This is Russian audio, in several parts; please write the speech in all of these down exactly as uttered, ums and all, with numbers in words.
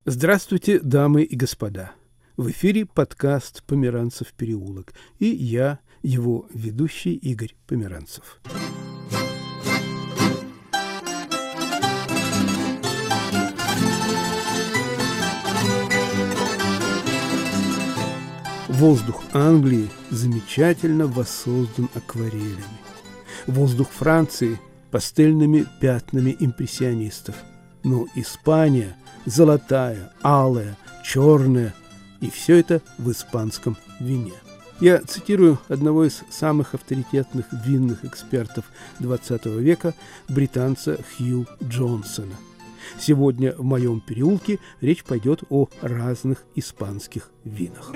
Здравствуйте, дамы и господа! В эфире подкаст «Померанцев переулок» и я, его ведущий Игорь Померанцев. Воздух Англии замечательно воссоздан акварелями. Воздух Франции – пастельными пятнами импрессионистов. Но Испания – золотая, алая, черная, и все это в испанском вине. Я цитирую одного из самых авторитетных винных экспертов двадцатого века, британца Хью Джонсона. Сегодня в моем переулке речь пойдет о разных испанских винах.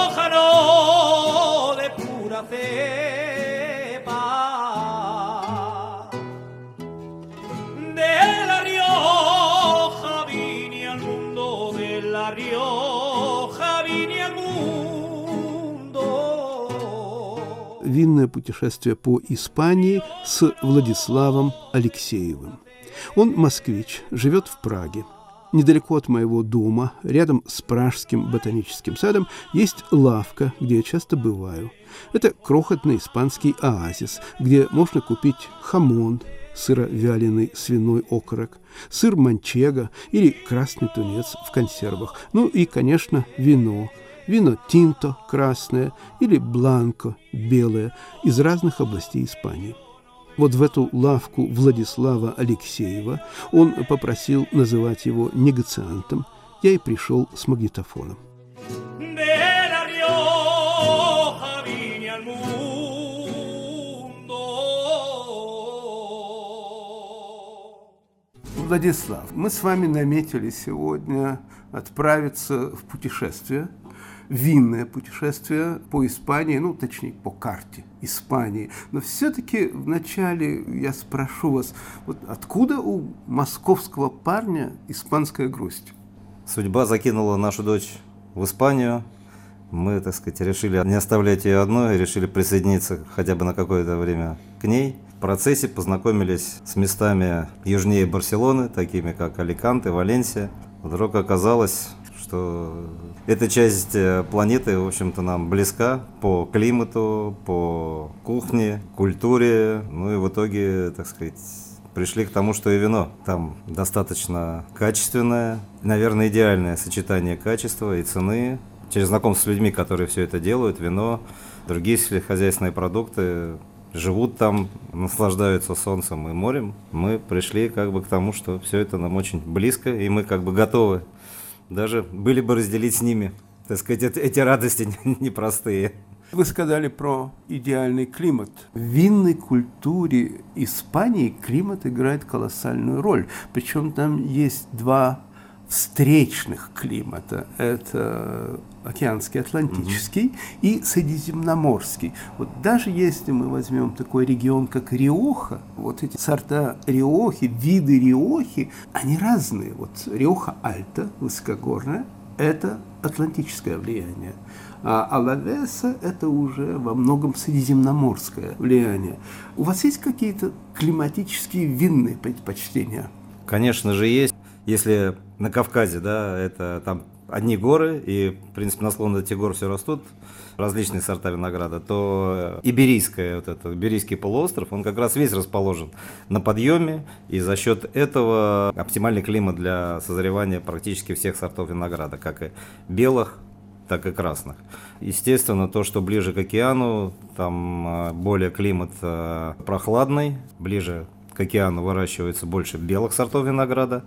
Винное путешествие по Испании с Владиславом Алексеевым. Он москвич, живет в Праге. Недалеко от моего дома, рядом с Пражским ботаническим садом, есть лавка, где я часто бываю. Это крохотный испанский оазис, где можно купить хамон, сыровяленый свиной окорок, сыр манчего или красный тунец в консервах, ну и, конечно, вино. Вино тинто красное или бланко белое из разных областей Испании. Вот в эту лавку Владислава Алексеева он попросил называть его негациантом. Я и пришел с магнитофоном. Владислав, мы с вами наметили сегодня отправиться в путешествие, винное путешествие по Испании, ну, точнее, по карте Испании. Но все-таки вначале я спрошу вас, вот откуда у московского парня испанская грусть? Судьба закинула нашу дочь в Испанию. Мы, так сказать, решили не оставлять ее одной, решили присоединиться хотя бы на какое-то время к ней. В процессе познакомились с местами южнее Барселоны, такими как Аликанте, Валенсия. Вдруг оказалось, что эта часть планеты, в общем-то, нам близка по климату, по кухне, культуре. Ну и в итоге, так сказать, пришли к тому, что и вино там достаточно качественное. Наверное, идеальное сочетание качества и цены. Через знакомство с людьми, которые все это делают, вино, другие сельскохозяйственные продукты, живут там, наслаждаются солнцем и морем. Мы пришли как бы к тому, что все это нам очень близко, и мы как бы готовы даже были бы разделить с ними, так сказать, эти радости непростые. Вы сказали про идеальный климат. В винной культуре Испании климат играет колоссальную роль. Причем там есть два встречных климата. Это океанский, атлантический, угу. и средиземноморский. Вот даже если мы возьмем такой регион, как Риоха, вот эти сорта Риохи, виды Риохи, они разные. Вот Риоха Альта, высокогорная, это атлантическое влияние. А Алавеса – это уже во многом средиземноморское влияние. У вас есть какие-то климатические винные предпочтения? Конечно же, есть. Если на Кавказе, да, это там одни горы, и, в принципе, на склонах этих гор все растут, различные сорта винограда, то Иберийская, вот это, Иберийский полуостров, он как раз весь расположен на подъеме, и за счет этого оптимальный климат для созревания практически всех сортов винограда, как и белых, так и красных. Естественно, то, что ближе к океану, там более климат прохладный, ближе к океану выращивается больше белых сортов винограда,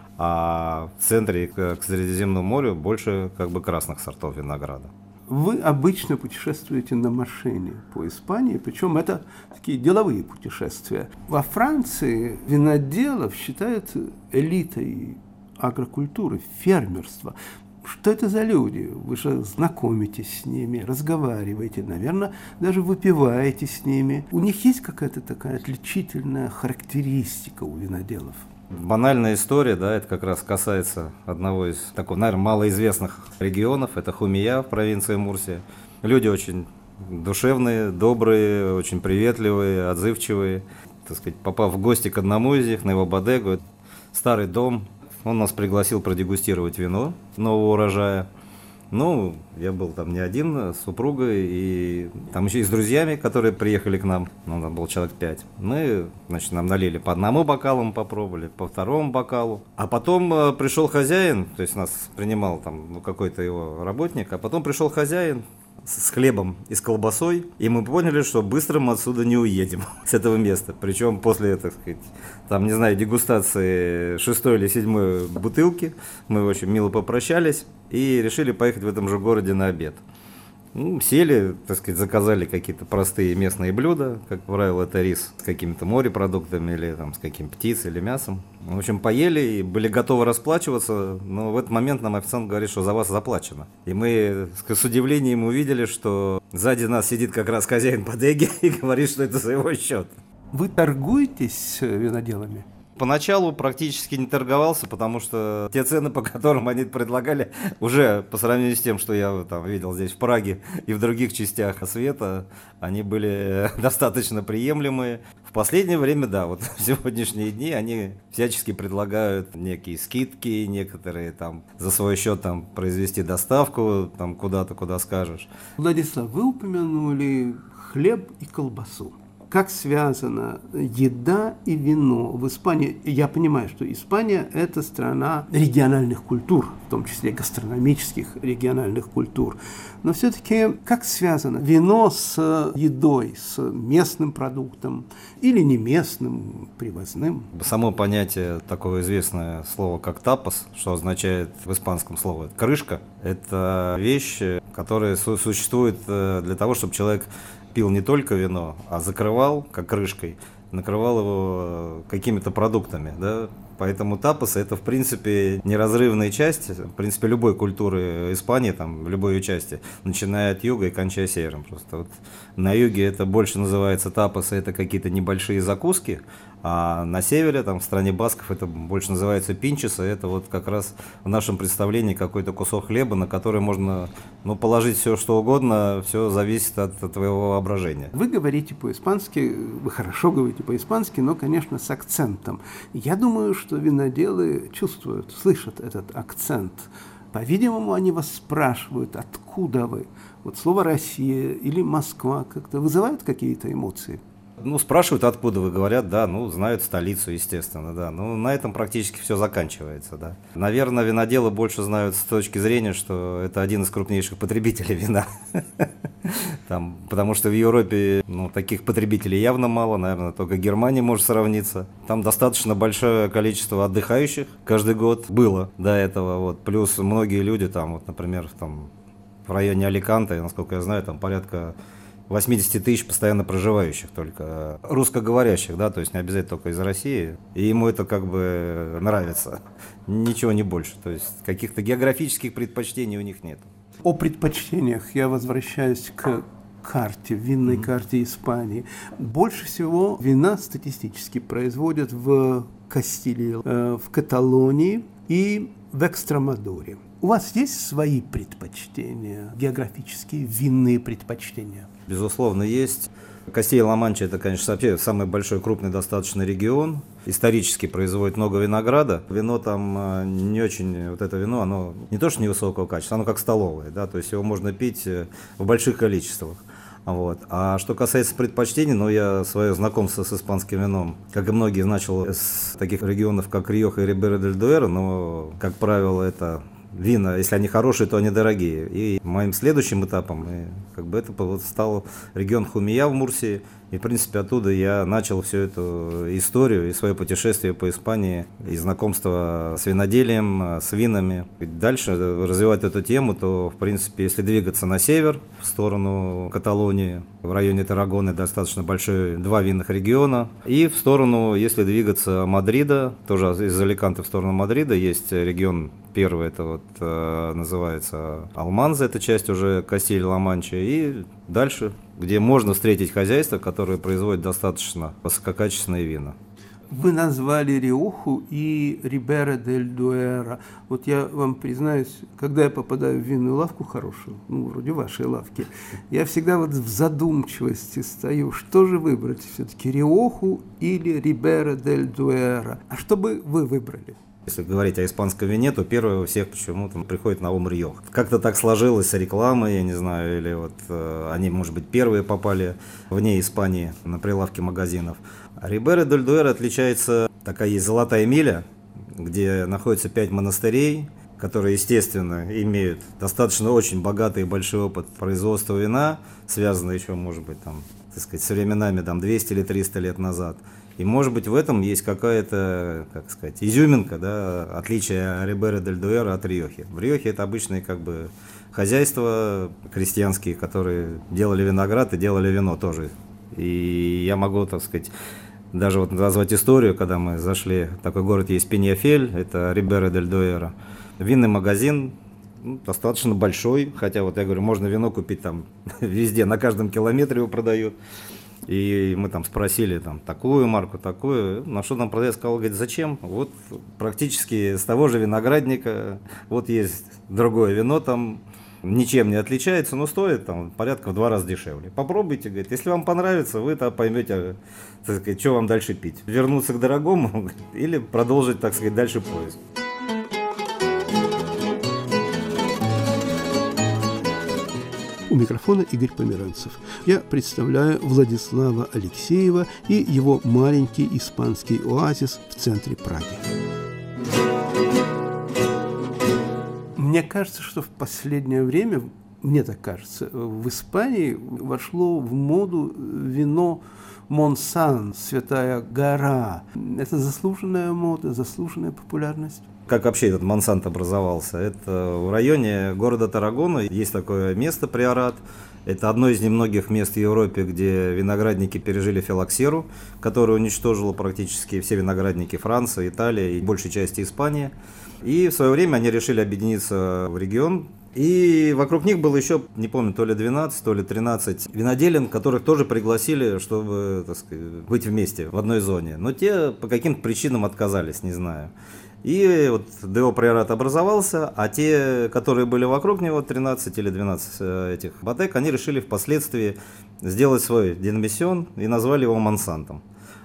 а в центре к Средиземному морю больше как бы красных сортов винограда. Вы обычно путешествуете на машине по Испании, причем это такие деловые путешествия. Во Франции виноделов считают элитой агрокультуры, фермерства. Что это за люди? Вы же знакомитесь с ними, разговариваете, наверное, даже выпиваете с ними. У них есть какая-то такая отличительная характеристика у виноделов? Банальная история, да, это как раз касается одного из, такого, наверное, малоизвестных регионов, это Хумия в провинции Мурсия. Люди очень душевные, добрые, очень приветливые, отзывчивые. Так сказать, попав в гости к одному из них, на его бодегу, старый дом, Он нас пригласил продегустировать вино нового урожая. Ну, я был там не один, с супругой, и там еще и с друзьями, которые приехали к нам, ну, там было человек пять. Мы, значит, нам налили по одному бокалу, мы попробовали, по второму бокалу. А потом э, пришел хозяин, то есть нас принимал там ну, какой-то его работник, а потом пришел хозяин с хлебом и с колбасой, и мы поняли, что быстро мы отсюда не уедем, с этого места. Причем после, так сказать, там, не знаю, дегустации шестой или седьмой бутылки мы очень мило попрощались и решили поехать в этом же городе на обед. Ну, сели, так сказать, заказали какие-то простые местные блюда, как правило, это рис с какими-то морепродуктами или там с каким птицей или мясом. В общем, поели и были готовы расплачиваться, но в этот момент нам официант говорит, что за вас заплачено. И мы с удивлением увидели, что сзади нас сидит как раз хозяин бодеги и говорит, что это за его счет. Вы торгуетесь с виноделами? Поначалу практически не торговался, потому что те цены, по которым они предлагали, уже по сравнению с тем, что я там видел здесь в Праге и в других частях света, они были достаточно приемлемые. В последнее время, да, вот в сегодняшние дни они всячески предлагают некие скидки, некоторые там за свой счет там произвести доставку там куда-то, куда скажешь. Владислав, вы упомянули хлеб и колбасу. Как связана еда и вино в Испании? Я понимаю, что Испания – это страна региональных культур, в том числе гастрономических региональных культур. Но все-таки как связано вино с едой, с местным продуктом или не местным, привозным? Само понятие, такое известное слово, как тапос, что означает в испанском слове «крышка», это вещь, которая существует для того, чтобы человек пил не только вино, а закрывал, как крышкой, накрывал его какими-то продуктами, да. Поэтому тапос – это, в принципе, неразрывная часть, в принципе, любой культуры Испании, там, в любой ее части, начиная от юга и кончая севером. Просто вот на юге это больше называется тапос, это какие-то небольшие закуски, а на севере, там, в стране басков, это больше называется пинчеса, это вот как раз в нашем представлении какой-то кусок хлеба, на который можно, ну, положить все, что угодно, все зависит от, от твоего воображения. Вы говорите по-испански, вы хорошо говорите по-испански, но, конечно, с акцентом. Я думаю, что виноделы чувствуют, слышат этот акцент. По-видимому, они вас спрашивают, откуда вы. Вот слово «Россия» или «Москва» как-то вызывают какие-то эмоции? Ну, спрашивают, откуда вы, говорят, да, ну, знают столицу, естественно, да. Ну, на этом практически все заканчивается, да. Наверное, виноделы больше знают с точки зрения, что это один из крупнейших потребителей вина. Там, потому что в Европе, ну, таких потребителей явно мало, наверное, только Германия может сравниться. Там достаточно большое количество отдыхающих каждый год было до этого, вот. Плюс многие люди там, вот, например, там, в районе Аликанте, насколько я знаю, там порядка восемьдесят тысяч постоянно проживающих только, русскоговорящих, да, то есть не обязательно только из России, и ему это как бы нравится, ничего не больше, то есть каких-то географических предпочтений у них нет. О предпочтениях я возвращаюсь к карте, винной карте Испании. Больше всего вина статистически производят в Кастилии, в Каталонии и в Экстремадуре. У вас есть свои предпочтения, географические винные предпочтения? Безусловно, есть. Кастилья-Ла-Манча – это, конечно, вообще самый большой, крупный достаточно регион. Исторически производит много винограда. Вино там не очень, вот это вино, оно не то что невысокого качества, оно как столовое, да, то есть его можно пить в больших количествах. Вот. А что касается предпочтений, ну, я свое знакомство с испанским вином, как и многие, начал с таких регионов, как Риоха и Рибера-дель-Дуэро, но, как правило, это вина, если они хорошие, то они дорогие. И моим следующим этапом, и, как бы, это вот стал регион Хумия в Мурсии. И, в принципе, оттуда я начал всю эту историю и свое путешествие по Испании, и знакомство с виноделием, с винами. И дальше развивать эту тему, то, в принципе, если двигаться на север, в сторону Каталонии, в районе Таррагоны достаточно большой, два винных региона. И в сторону, если двигаться Мадрида, тоже из Аликанте в сторону Мадрида, есть регион первый, это вот э, называется Алманза, это часть уже Кастилья-Ла-Манча, и дальше, где можно встретить хозяйства, которые производят достаточно высококачественные вина. Вы назвали Риоху и Рибера-дель-Дуэро. Вот я вам признаюсь, когда я попадаю в винную лавку хорошую, ну, вроде вашей лавки, я всегда вот в задумчивости стою, что же выбрать все-таки, Риоху или Рибера-дель-Дуэро. А что бы вы выбрали? Если говорить о испанском вине, то первое у всех почему-то приходит на ум Риоха. Как-то так сложилось с рекламой, я не знаю, или вот э, они, может быть, первые попали вне Испании на прилавки магазинов. А Рибера дель Дуэро отличается, такая есть золотая миля, где находится пять монастырей, которые, естественно, имеют достаточно очень богатый и большой опыт производства вина, связанный еще, может быть, там, так сказать, с временами там, двести или триста лет назад. И, может быть, в этом есть какая-то, как сказать, изюминка, да, отличие Рибера дель Дуэро от Риохи. В Риохе это обычные как бы хозяйства крестьянские, которые делали виноград и делали вино тоже. И я могу, так сказать, даже вот назвать историю, когда мы зашли, такой город есть Пеньяфель, это Рибера дель Дуэро. Винный магазин, ну, достаточно большой, хотя вот я говорю, можно вино купить там везде, на каждом километре его продают. И мы там спросили, там, такую марку, такую, на что нам продавец сказал, говорит, зачем? Вот практически с того же виноградника, вот есть другое вино, там ничем не отличается, но стоит там порядка в два раза дешевле. Попробуйте, говорит, если вам понравится, вы там поймете, так сказать, что вам дальше пить. Вернуться к дорогому или продолжить, так сказать, дальше поиск. У микрофона Игорь Померанцев. Я представляю Владислава Алексеева и его маленький испанский оазис в центре Праги. Мне кажется, что в последнее время, мне так кажется, в Испании вошло в моду вино Монсан, Святая гора. Это заслуженная мода, заслуженная популярность. Как вообще этот Монсант образовался? Это в районе города Таррагона есть такое место, приорат. Это одно из немногих мест в Европе, где виноградники пережили филоксеру, которая уничтожила практически все виноградники Франции, Италии и большей части Испании. И в свое время они решили объединиться в регион. И вокруг них было еще, не помню, то ли двенадцать, то ли тринадцать виноделин, которых тоже пригласили, чтобы, так сказать, быть вместе в одной зоне. Но те по каким-то причинам отказались, не знаю. И вот ДО приорат образовался, а те, которые были вокруг него, тринадцать или двенадцать этих ботек, они решили впоследствии сделать свой деномиссион и назвали его Монсантом.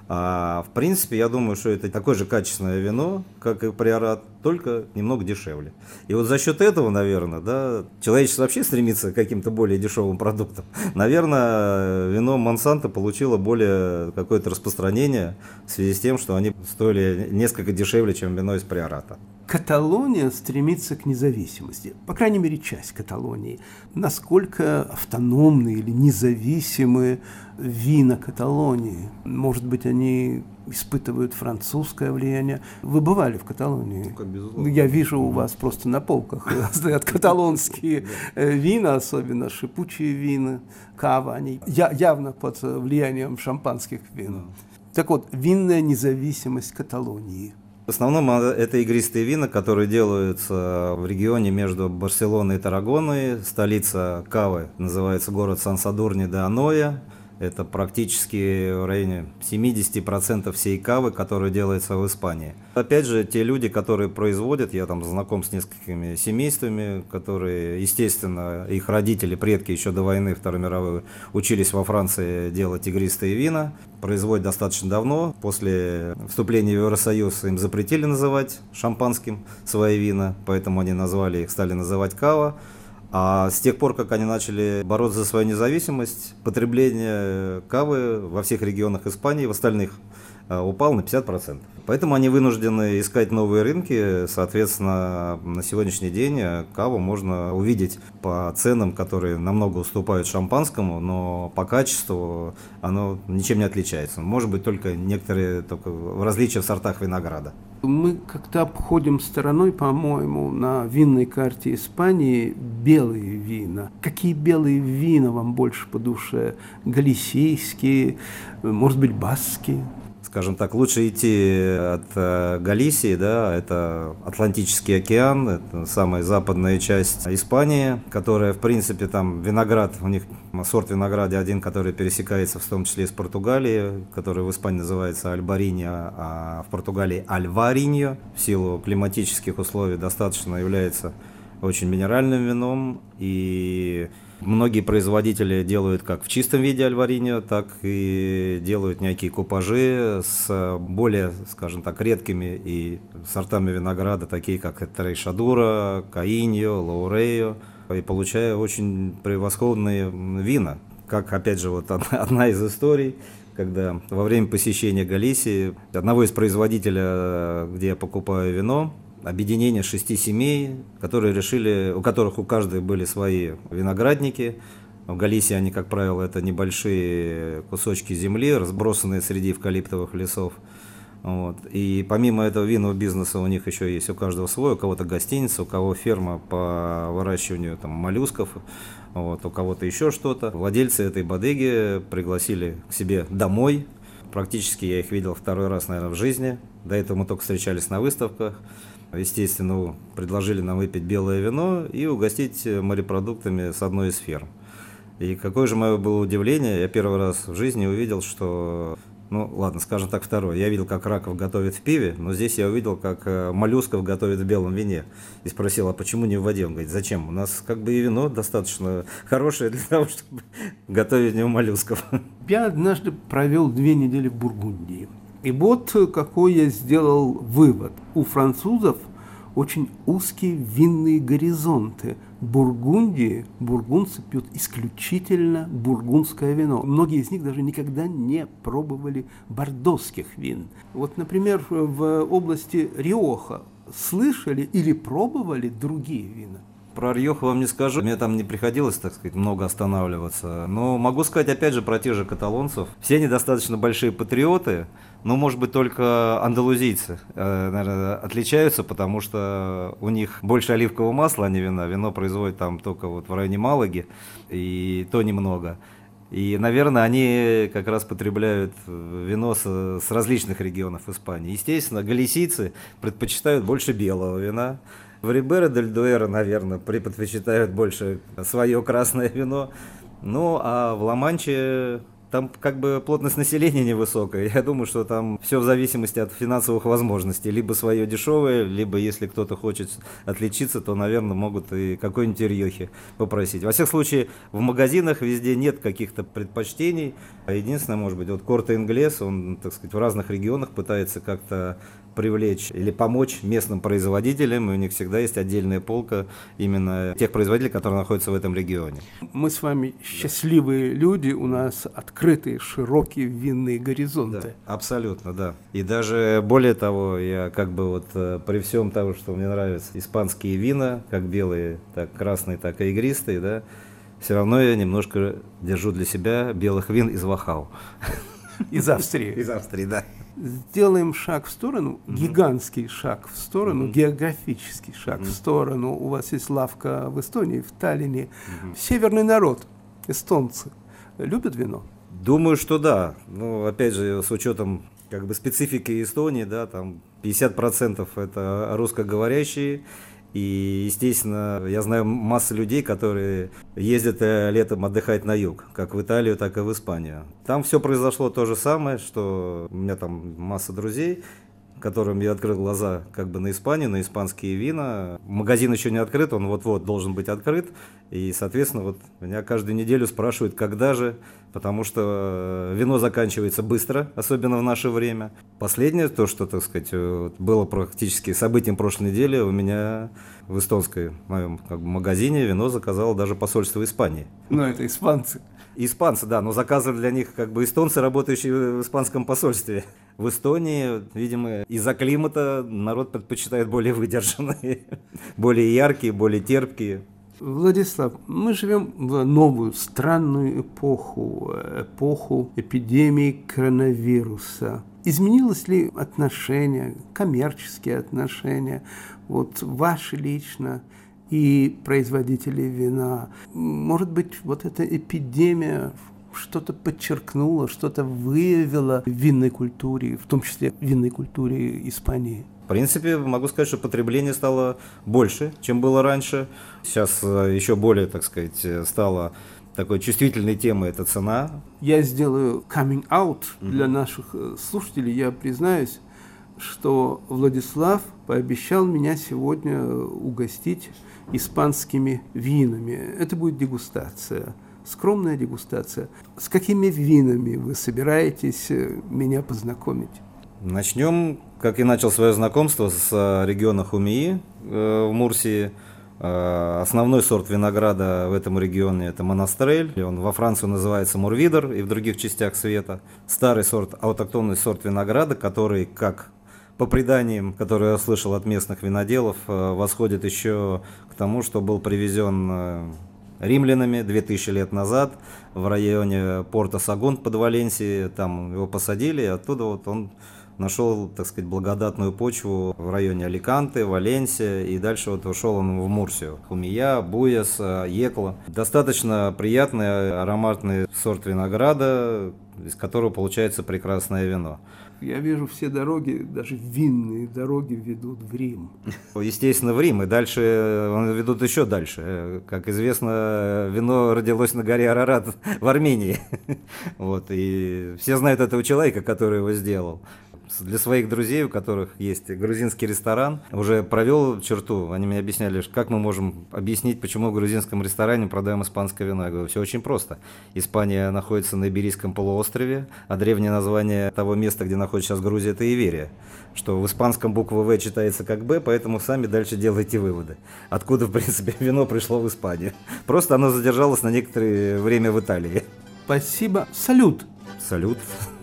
А в принципе, я думаю, что это такое же качественное вино, как и приорат, только немного дешевле. И вот за счет этого, наверное, да, человечество вообще стремится к каким-то более дешевым продуктам. Наверное, вино Монсанто получило более какое-то распространение в связи с тем, что они стоили несколько дешевле, чем вино из приората. Каталония стремится к независимости, по крайней мере, часть Каталонии. Насколько автономны или независимы вина Каталонии? Может быть, они испытывают французское влияние? Вы бывали в Каталонии? Ну, я вижу, у вас просто на полках стоят каталонские вина, особенно шипучие вина, кава. Они явно под влиянием шампанских вин. Так вот, винная независимость Каталонии. В основном это игристые вина, которые делаются в регионе между Барселоной и Таррагоной. Столица кавы называется город Сан-Садурни-де-Аноя. Это практически в районе семьдесят процентов всей кавы, которая делается в Испании. Опять же, те люди, которые производят, я там знаком с несколькими семействами, которые, естественно, их родители, предки еще до войны Второй мировой учились во Франции делать игристые вина. Производят достаточно давно. После вступления в Евросоюз им запретили называть шампанским свои вина, поэтому они назвали их, стали называть кава. А с тех пор, как они начали бороться за свою независимость, потребление кавы во всех регионах Испании, в остальных, упало на пятьдесят процентов. Поэтому они вынуждены искать новые рынки. Соответственно, на сегодняшний день каву можно увидеть по ценам, которые намного уступают шампанскому, но по качеству оно ничем не отличается. Может быть, только некоторые только различия в сортах винограда. Мы как-то обходим стороной, по-моему, на винной карте Испании белые вина. Какие белые вина вам больше по душе? Галисийские, может быть, баскские? Скажем так, лучше идти от Галисии, да, это Атлантический океан, это самая западная часть Испании, которая, в принципе, там виноград, у них сорт винограда один, который пересекается в том числе с Португалией, который в Испании называется Альбариньо, а в Португалии Альвариньо, в силу климатических условий достаточно является очень минеральным вином, и Многие производители делают как в чистом виде альвариньо, так и делают некие купажи с более, скажем так, редкими и сортами винограда, такие как Трейшадура, Каиньо, Лаурейо, и получая очень превосходные вина. Как, опять же, вот одна из историй, когда во время посещения Галисии одного из производителей, где я покупаю вино, объединение шести семей, которые решили, у которых у каждой были свои виноградники. В Галисии они, как правило, это небольшие кусочки земли, разбросанные среди эвкалиптовых лесов. Вот. И помимо этого винного бизнеса у них еще есть у каждого свой, у кого-то гостиница, у кого ферма по выращиванию там, моллюсков, вот, у кого-то еще что-то. Владельцы этой бодеги пригласили к себе домой. Практически я их видел второй раз, наверное, в жизни. До этого мы только встречались на выставках. Естественно, предложили нам выпить белое вино и угостить морепродуктами с одной из ферм. И какое же мое было удивление, я первый раз в жизни увидел, что, ну ладно, скажем так, второе. Я видел, как раков готовят в пиве, но здесь я увидел, как моллюсков готовят в белом вине. И спросил, а почему не в воде? Он говорит, зачем? У нас как бы и вино достаточно хорошее для того, чтобы готовить в нем моллюсков. Я однажды провел две недели в Бургундии. И вот какой я сделал вывод. У французов очень узкие винные горизонты. В Бургундии бургундцы пьют исключительно бургундское вино. Многие из них даже никогда не пробовали бордоских вин. Вот, например, в области Риоха слышали или пробовали другие вина? Про Риоху вам не скажу, мне там не приходилось, так сказать, много останавливаться. Но могу сказать, опять же, про тех же каталонцев. Все они достаточно большие патриоты, но, может быть, только андалузийцы, наверное, отличаются, потому что у них больше оливкового масла, а не вина. Вино производят там только вот в районе Малаги, и то немного. И, наверное, они как раз потребляют вино с, с различных регионов Испании. Естественно, галисийцы предпочитают больше белого вина. В Рибера-дель-Дуэро, наверное, предпочитают больше свое красное вино. Ну, а в Ла-Манче там как бы плотность населения невысокая. Я думаю, что там все в зависимости от финансовых возможностей. Либо свое дешевое, либо если кто-то хочет отличиться, то, наверное, могут и какой-нибудь Риохи попросить. Во всех случаях, в магазинах везде нет каких-то предпочтений. Единственное, может быть, вот Корте Инглес, он, так сказать, в разных регионах пытается как-то привлечь или помочь местным производителям, и у них всегда есть отдельная полка именно тех производителей, которые находятся в этом регионе. Мы с вами счастливые люди, у нас открытые, широкие винные горизонты. Да, абсолютно, да. И даже более того, я как бы вот при всем том, что мне нравятся испанские вина, как белые, так красные, так и игристые, да, все равно я немножко держу для себя белых вин из Вахау. Из Австрии. Из Австрии, да. Сделаем шаг в сторону, mm-hmm. гигантский шаг в сторону, mm-hmm. географический шаг mm-hmm. в сторону. У вас есть лавка в Эстонии, в Таллине. Mm-hmm. Северный народ, эстонцы, любят вино? Думаю, что да. Ну, опять же, с учетом как бы специфики Эстонии, да, там пятьдесят процентов это русскоговорящие. И, естественно, я знаю массу людей, которые ездят летом отдыхать на юг, как в Италию, так и в Испанию. Там все произошло то же самое, что у меня там масса друзей, которым я открыл глаза как бы на Испанию, на испанские вина. Магазин еще не открыт, он вот-вот должен быть открыт. И, соответственно, вот меня каждую неделю спрашивают, когда же, потому что вино заканчивается быстро, особенно в наше время. Последнее, то, что, так сказать, было практически событием прошлой недели, у меня в эстонской моем как бы, магазине вино заказало даже посольство Испании. Ну, это испанцы. Испанцы, да, но заказывали для них как бы эстонцы, работающие в испанском посольстве. В Эстонии, видимо, из-за климата народ предпочитает более выдержанные, более яркие, более терпкие. Владислав, мы живем в новую странную эпоху, эпоху эпидемии коронавируса. Изменилось ли отношение, коммерческие отношения, вот ваши лично и производители вина? Может быть, вот эта эпидемия что-то подчеркнула, что-то выявила в винной культуре, в том числе в винной культуре Испании? В принципе, могу сказать, что потребление стало больше, чем было раньше. Сейчас еще более, так сказать, стало такой чувствительной темой эта цена. Я сделаю coming out для наших слушателей, я признаюсь, что Владислав пообещал меня сегодня угостить испанскими винами. Это будет дегустация, скромная дегустация. С какими винами вы собираетесь меня познакомить? Начнем, как и начал свое знакомство, с региона Хумии э, в Мурсии. Э, основной сорт винограда в этом регионе – это Монастрель. Он во Франции называется Мурвидер и в других частях света. Старый сорт, аутохтонный сорт винограда, который, как по преданиям, которые я слышал от местных виноделов, э, восходит еще к тому, что был привезен э, римлянами две тысячи лет назад в районе порта Сагунт под Валенсией. Там его посадили, и оттуда вот он нашел, так сказать, благодатную почву в районе Аликанте, Валенсия, и дальше вот ушел он в Мурсию. Хумия, Буэс, Екла. Достаточно приятный ароматный сорт винограда, из которого получается прекрасное вино. Я вижу, все дороги, даже винные дороги ведут в Рим. Естественно, в Рим, и дальше ведут еще дальше. Как известно, вино родилось на горе Арарат в Армении. Вот, и все знают этого человека, который его сделал. Для своих друзей, у которых есть грузинский ресторан, уже провел черту. Они мне объясняли, как мы можем объяснить, почему в грузинском ресторане продаем испанское вино. Я говорю, все очень просто. Испания находится на Иберийском полуострове, а древнее название того места, где находится сейчас Грузия, это Иверия. Что в испанском буква В читается как Б, поэтому сами дальше делайте выводы. Откуда, в принципе, вино пришло в Испанию. Просто оно задержалось на некоторое время в Италии. Спасибо. Салют. Салют.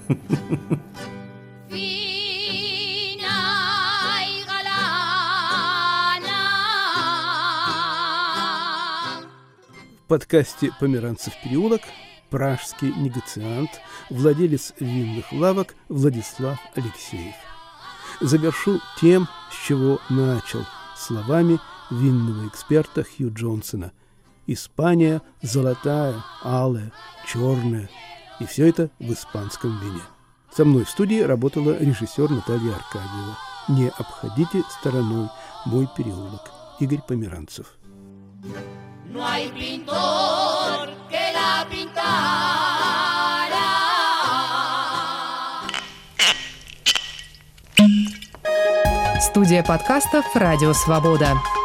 В подкасте «Померанцев переулок» пражский негациант, владелец винных лавок Владислав Алексеев. Завершу тем, с чего начал, словами винного эксперта Хью Джонсона. Испания золотая, алая, черная. И все это в испанском вине. Со мной в студии работала режиссер Наталья Аркадьева. Не обходите стороной мой переулок. Игорь Померанцев. No hay pintor que la pintara. Студия подкастов «Радио Свобода».